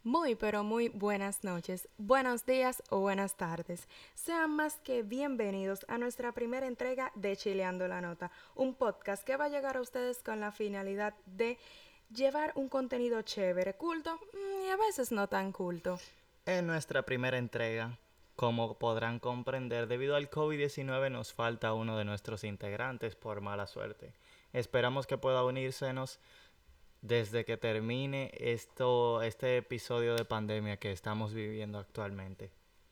Muy, pero muy buenas noches, buenos días o buenas tardes. Sean más que bienvenidos a nuestra primera entrega de Chileando la Nota, un podcast que va a llegar a ustedes con la finalidad de llevar un contenido chévere, culto y a veces no tan culto. En nuestra primera entrega, como podrán comprender, debido al COVID-19 nos falta uno de nuestros integrantes por mala suerte. Esperamos que pueda unírsenos desde que termine este episodio de pandemia que estamos viviendo actualmente.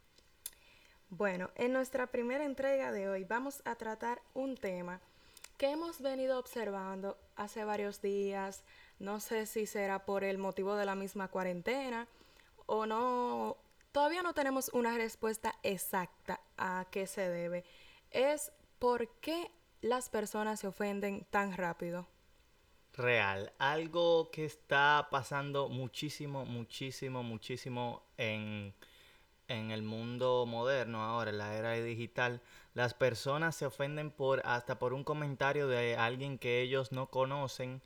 Bueno, en nuestra primera entrega de hoy vamos a tratar un tema que hemos venido observando hace varios días. No sé si será por el motivo de la misma cuarentena o no. Todavía no tenemos una respuesta exacta a qué se debe. Es por qué las personas se ofenden tan rápido. Real, algo que está pasando muchísimo en el mundo moderno ahora, en la era digital. Las personas se ofenden hasta por un comentario de alguien que ellos no conocen,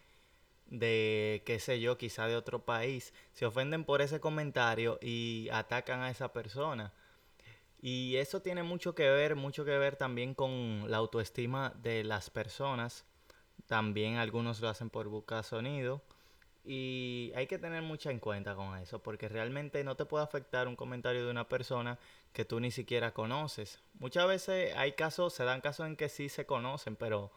de qué sé yo, quizá de otro país. Se ofenden por ese comentario y atacan a esa persona. Y eso tiene mucho que ver también con la autoestima de las personas. También algunos lo hacen por buscar sonido. Y hay que tener mucha en cuenta con eso, porque realmente no te puede afectar un comentario de una persona que tú ni siquiera conoces. Muchas veces se dan casos en que sí se conocen, pero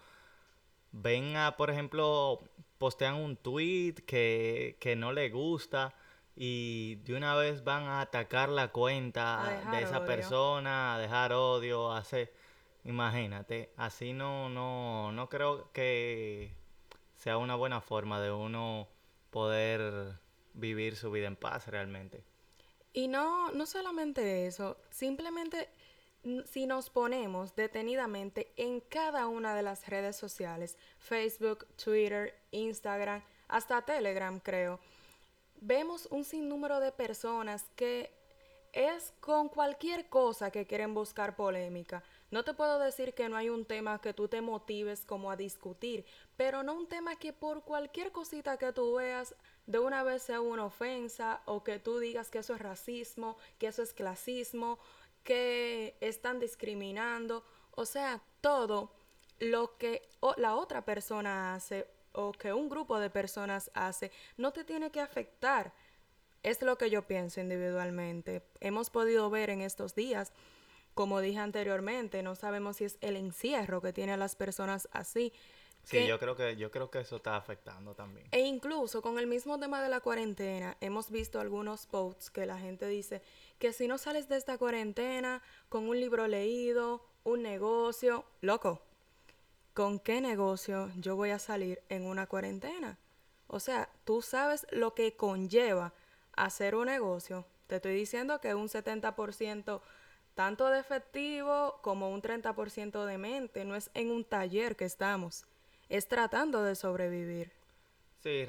por ejemplo, postean un tweet que no le gusta y de una vez van a atacar la A cuenta de dejar esa odio. persona, a dejar odio, imagínate, así no creo que sea una buena forma de uno poder vivir su vida en paz realmente. Y no solamente eso, simplemente si nos ponemos detenidamente en cada una de las redes sociales, Facebook, Twitter, Instagram, hasta Telegram creo, vemos un sinnúmero de personas que es con cualquier cosa que quieren buscar polémica. No te puedo decir que no hay un tema que tú te motives como a discutir, pero no un tema que por cualquier cosita que tú veas de una vez sea una ofensa o que tú digas que eso es racismo, que eso es clasismo, que están discriminando. O sea, todo lo que la otra persona hace o que un grupo de personas hace no te tiene que afectar. Es lo que yo pienso individualmente. Hemos podido ver en estos días, como dije anteriormente, no sabemos si es el encierro que tiene a las personas así, Sí, que yo creo que eso está afectando también. e incluso con el mismo tema de la cuarentena, hemos visto algunos posts que la gente dice que si no sales de esta cuarentena con un libro leído, un negocio, loco, ¿con qué negocio yo voy a salir en una cuarentena? O sea, tú sabes lo que conlleva hacer un negocio. Te estoy diciendo que un 70% tanto de efectivo como un 30% de mente. No es en un taller que estamos. Es tratando de sobrevivir. Sí,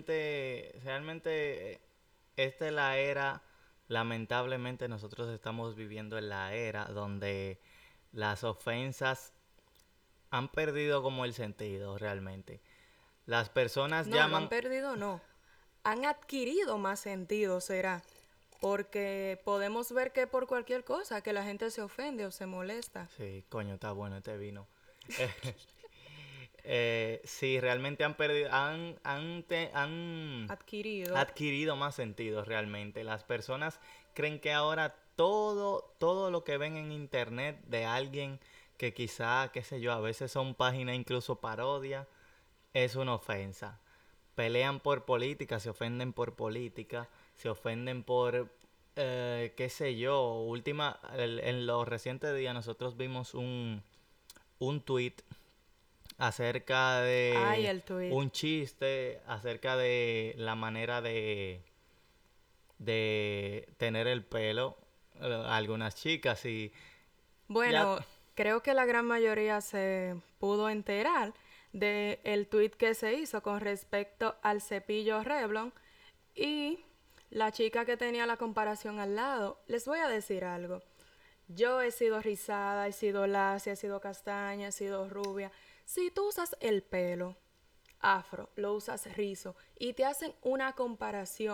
realmente esta es la era, lamentablemente nosotros estamos viviendo en la era donde las ofensas han perdido como el sentido realmente. Las personas No han llaman, perdido, no. Han adquirido más sentido, será. Porque podemos ver que por cualquier cosa que la gente se ofende o se molesta. sí, coño, está bueno este vino. Sí, realmente han Adquirido. adquirido más sentido realmente. Las personas creen que ahora todo lo que ven en internet de alguien que quizá, qué sé yo, a veces son páginas incluso parodia, es una ofensa. Pelean por política, se ofenden por política, se ofenden por, qué sé yo, en los recientes días nosotros vimos un tweet acerca Ay, de el tweet. un chiste, acerca de la manera de tener el pelo, algunas chicas y ya, Bueno, creo que la gran mayoría se pudo enterar de el tweet que se hizo con respecto al cepillo Revlon y la chica que tenía la comparación al lado. Les voy a decir algo. Yo he sido rizada, he sido lacia, he sido castaña, he sido rubia. Si tú usas el pelo afro, lo usas rizo y te hacen una comparación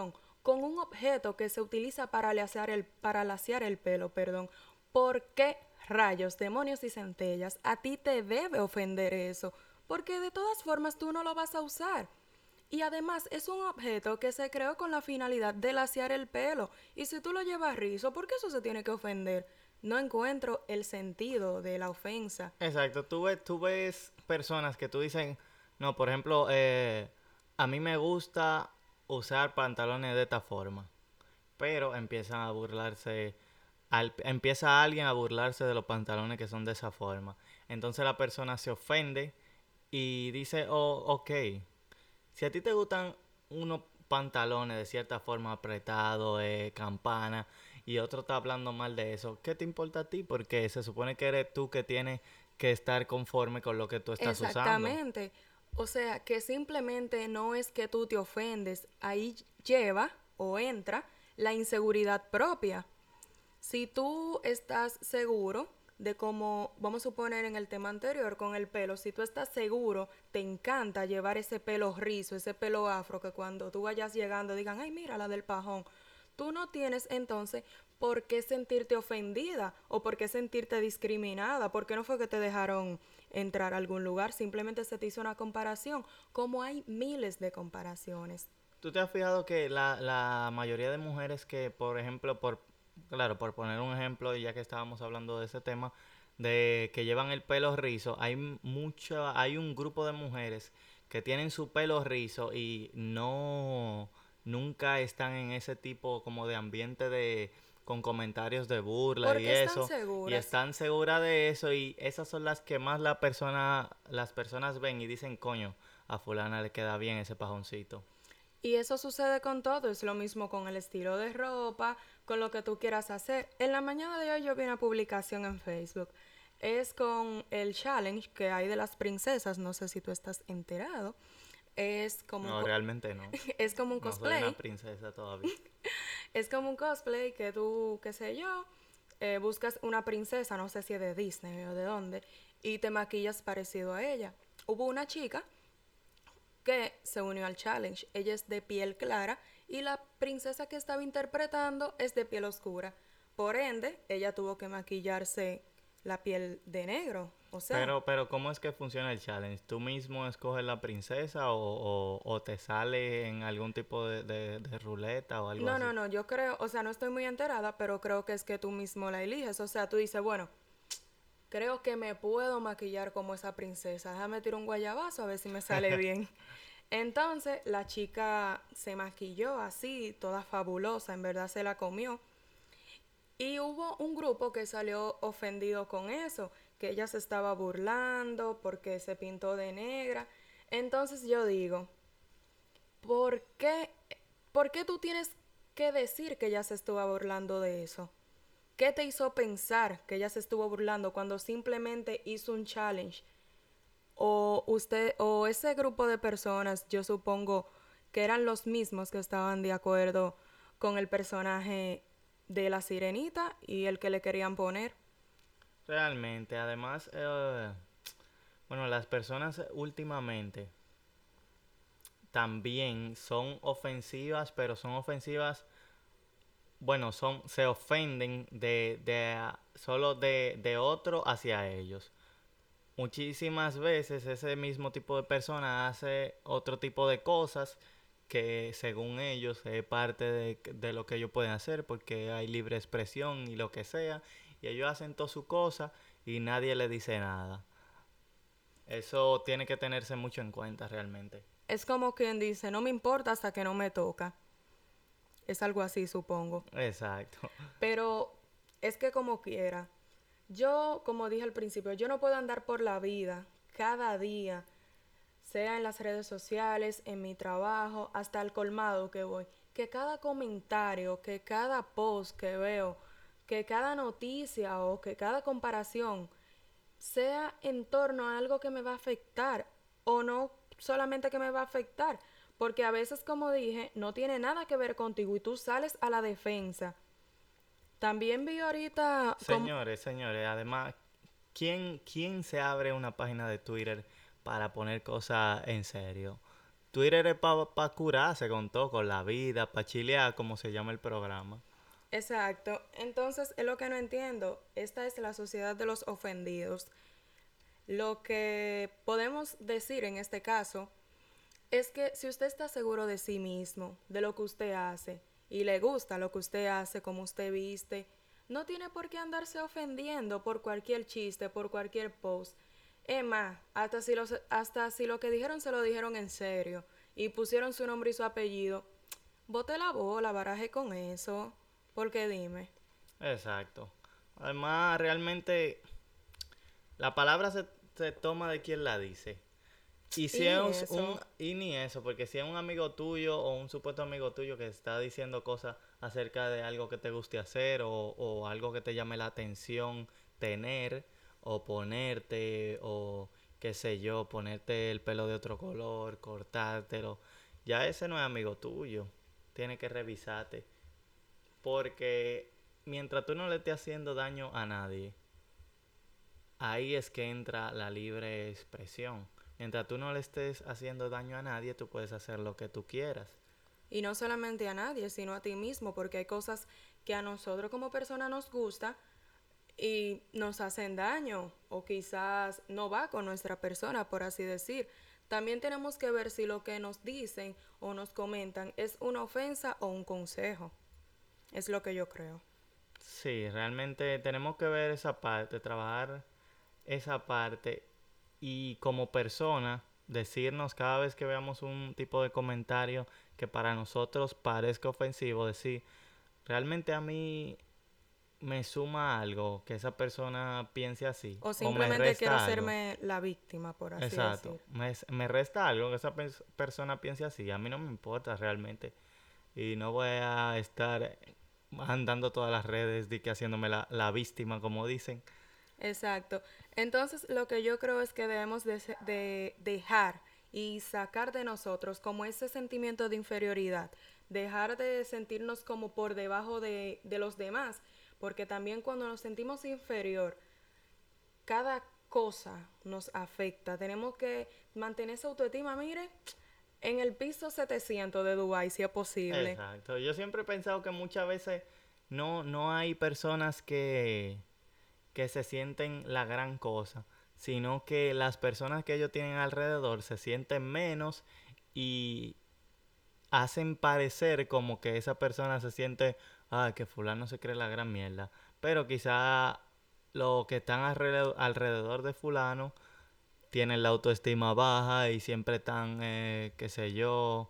con un objeto que se utiliza para laciar el pelo, perdón, ¿por qué rayos, demonios y centellas a ti te debe ofender eso? Porque de todas formas tú no lo vas a usar. Y además es un objeto que se creó con la finalidad de laciar el pelo. Y si tú lo llevas rizo, ¿por qué eso se tiene que ofender? No encuentro el sentido de la ofensa. Exacto, tú ves personas que tú dicen, no, por ejemplo, a mí me gusta usar pantalones de esta forma, pero empiezan a burlarse, empieza alguien a burlarse de los pantalones que son de esa forma. Entonces la persona se ofende y dice, oh, ok, si a ti te gustan unos pantalones de cierta forma apretados, campana, y otro está hablando mal de eso, ¿qué te importa a ti? Porque se supone que eres tú que tienes que estar conforme con lo que tú estás usando. Exactamente. O sea, que simplemente no es que tú te ofendes, ahí lleva o entra la inseguridad propia. Si tú estás seguro de cómo, vamos a suponer en el tema anterior con el pelo, si tú estás seguro, te encanta llevar ese pelo rizo, ese pelo afro, que cuando tú vayas llegando digan, ay, mira la del pajón. Tú no tienes entonces por qué sentirte ofendida o por qué sentirte discriminada, porque no fue que te dejaron entrar a algún lugar, simplemente se te hizo una comparación, como hay miles de comparaciones. ¿Tú te has fijado que la mayoría de mujeres que, por ejemplo, claro, por poner un ejemplo, y ya que estábamos hablando de ese tema, de que llevan el pelo rizo, hay un grupo de mujeres que tienen su pelo rizo y nunca están en ese tipo como de ambiente con comentarios de burla y Porque están eso, y seguras. están seguras de eso, y esas son las que más las personas ven y dicen, coño, a fulana le queda bien ese pajoncito. Y eso sucede con todo, es lo mismo con el estilo de ropa, con lo que tú quieras hacer. En la mañana de hoy yo vi una publicación en Facebook. Es con el challenge que hay de las princesas, no sé si tú estás enterado. Es como un, No, realmente no. es como un No soy una cosplay. princesa todavía. Es como un cosplay que tú, qué sé yo, buscas una princesa, no sé si es de Disney o de dónde, y te maquillas parecido a ella. Hubo una chica que se unió al challenge. Ella es de piel clara y la princesa que estaba interpretando es de piel oscura. Por ende, ella tuvo que maquillarse la piel de negro. O sea, Pero ¿cómo es que funciona el challenge? ¿Tú mismo escoges la princesa o te sale en algún tipo de ruleta o algo no, así? no, no, yo creo, o sea, no estoy muy enterada, pero creo que es que tú mismo la eliges. O sea, tú dices, bueno, creo que me puedo maquillar como esa princesa. Déjame tirar un guayabazo a ver si me sale bien. Entonces, la chica se maquilló así, toda fabulosa, en verdad se la comió. Y hubo un grupo que salió ofendido con eso, que ella se estaba burlando porque se pintó de negra. Entonces yo digo, ¿por qué, ¿por qué tú tienes que decir que ella se estuvo burlando de eso? ¿Qué te hizo pensar que ella se estuvo burlando cuando simplemente hizo un challenge? O usted, o ese grupo de personas, yo supongo que eran los mismos que estaban de acuerdo con el personaje de la sirenita y el que le querían poner. Realmente, además, bueno, las personas últimamente también son ofensivas, pero son ofensivas, bueno, se ofenden solo de otro hacia ellos. Muchísimas veces ese mismo tipo de persona hace otro tipo de cosas que según ellos es parte de lo que ellos pueden hacer porque hay libre expresión y lo que sea, y ellos hacen toda su cosa y nadie le dice nada. Eso tiene que tenerse mucho en cuenta realmente. Es como quien dice, no me importa hasta que no me toca. Es algo así, supongo. Exacto. Pero es que como quiera, yo, como dije al principio, yo no puedo andar por la vida cada día, sea en las redes sociales, en mi trabajo, hasta el colmado que voy, que cada comentario, que cada post que veo, que cada noticia o que cada comparación sea en torno a algo que me va a afectar o no solamente que me va a afectar, porque a veces, como dije, no tiene nada que ver contigo y tú sales a la defensa. También vi ahorita como... Señores, además, ¿quién se abre una página de Twitter para poner cosas en serio? Twitter es para curarse con todo, con la vida, para chilear, como se llama el programa. Exacto. Entonces, es lo que no entiendo. Esta es la sociedad de los ofendidos. Lo que podemos decir en este caso es que si usted está seguro de sí mismo, de lo que usted hace, y le gusta lo que usted hace, como usted viste, no tiene por qué andarse ofendiendo por cualquier chiste, por cualquier post. Es más, hasta si lo que dijeron se lo dijeron en serio y pusieron su nombre y su apellido, bote la bola, baraje con eso, porque dime. Exacto. Además, realmente, la palabra se toma de quien la dice. Y Y si ni es un, eso. y ni eso, porque si es un amigo tuyo o un supuesto amigo tuyo que está diciendo cosas acerca de algo que te guste hacer o algo que te llame la atención tener o ponerte o qué sé yo, ponerte el pelo de otro color, cortártelo, ya ese no es amigo tuyo. Tienes que revisarte. Porque mientras tú no le estés haciendo daño a nadie, ahí es que entra la libre expresión. Mientras tú no le estés haciendo daño a nadie, tú puedes hacer lo que tú quieras. Y no solamente a nadie, sino a ti mismo, porque hay cosas que a nosotros como persona nos gusta y nos hacen daño o quizás no va con nuestra persona, por así decir. También tenemos que ver si lo que nos dicen o nos comentan es una ofensa o un consejo. Es lo que yo creo. Sí, realmente tenemos que ver esa parte, trabajar esa parte y como persona decirnos cada vez que veamos un tipo de comentario que para nosotros parezca ofensivo, decir, realmente a mí me suma algo que esa persona piense así O o me simplemente quiero resta algo. hacerme la víctima, por así Exacto. decir. Me resta algo que esa persona piense así. A mí no me importa realmente. Y no voy a estar andando todas las redes de que haciéndome la víctima, como dicen. Exacto. Entonces, lo que yo creo es que debemos de dejar y sacar de nosotros como ese sentimiento de inferioridad, dejar de sentirnos como por debajo de los demás, porque también cuando nos sentimos inferior, cada cosa nos afecta. Tenemos que mantener esa autoestima, mire, en el piso 700 de Dubái, si es posible. Exacto. Yo siempre he pensado que muchas veces no hay personas que se sienten la gran cosa, sino que las personas que ellos tienen alrededor se sienten menos y hacen parecer como que esa persona se siente, que fulano se cree la gran mierda. Pero quizá los que están alrededor de fulano tienen la autoestima baja y siempre están, qué sé yo,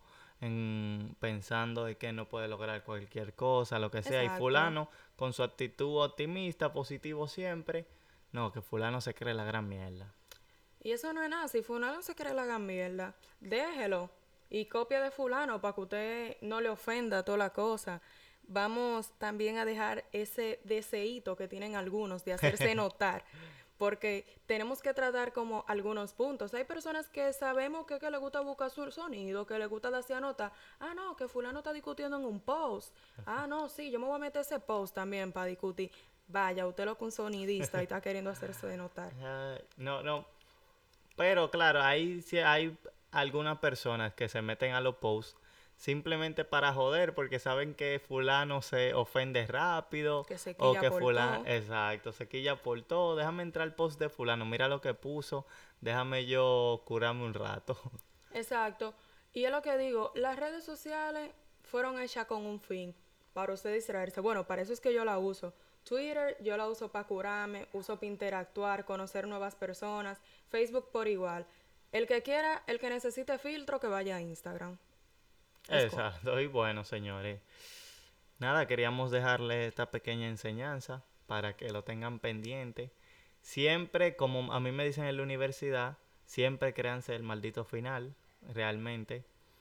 pensando de que no puede lograr cualquier cosa, lo que sea. Y Exacto. fulano, con su actitud optimista, positivo siempre, no, que fulano se cree la gran mierda. Y eso no es nada, si fulano se cree la gran mierda, déjelo y copia de fulano para que usted no le ofenda toda la cosa. Vamos también a dejar ese deseíto que tienen algunos de hacerse notar, porque tenemos que tratar como algunos puntos. Hay personas que sabemos que le gusta buscar su sonido, que le gusta darse a nota. Ah, no, que fulano está discutiendo en un post. Ah, no, sí, yo me voy a meter ese post también para discutir. Vaya, usted lo que un sonidista y está queriendo hacerse de notar. No, no. Pero claro, ahí sí hay algunas personas que se meten a los posts simplemente para joder porque saben que fulano se ofende rápido Que se o quilla que por fulano, todo. exacto, se quilla por todo. Déjame entrar al post de fulano, mira lo que puso, déjame yo curarme un rato. Exacto. Y es lo que digo, las redes sociales fueron hechas con un fin, para usted distraerse. Bueno, para eso es que yo la uso. Twitter yo la uso para curarme, uso para interactuar, conocer nuevas personas. Facebook por igual. El que quiera, el que necesite filtro, que vaya a Instagram. Escoja. Exacto, y bueno, señores, nada, queríamos dejarle esta pequeña enseñanza para que lo tengan pendiente. Siempre, como a mí me dicen en la universidad, siempre créanse el maldito final, realmente.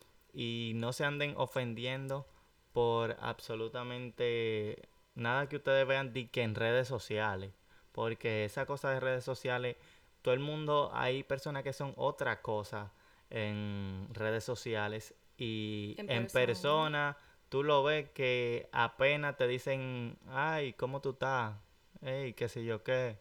Y no se anden ofendiendo por absolutamente nada que ustedes vean de que en redes sociales. Porque esa cosa de redes sociales, todo el mundo, hay personas que son otra cosa en redes sociales y En en persona. persona tú lo ves que apenas te dicen, ay, ¿cómo tú estás? Ey, qué sé yo qué.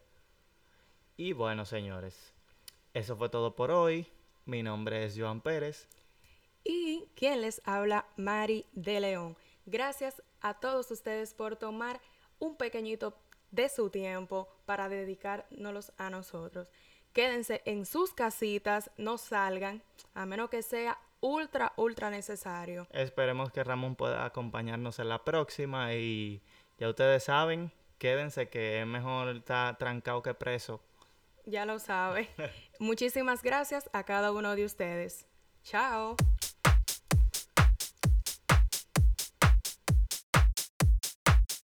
Y bueno, señores, eso fue todo por hoy. Mi nombre es Joan Pérez. Y quien les habla, Mari de León. Gracias a todos ustedes por tomar un pequeñito de su tiempo para dedicárnoslos a nosotros. Quédense en sus casitas, no salgan, a menos que sea ultra necesario. Esperemos que Ramón pueda acompañarnos en la próxima y ya ustedes saben, quédense que es mejor estar trancado que preso. Ya lo sabe. Muchísimas gracias a cada uno de ustedes. Chao.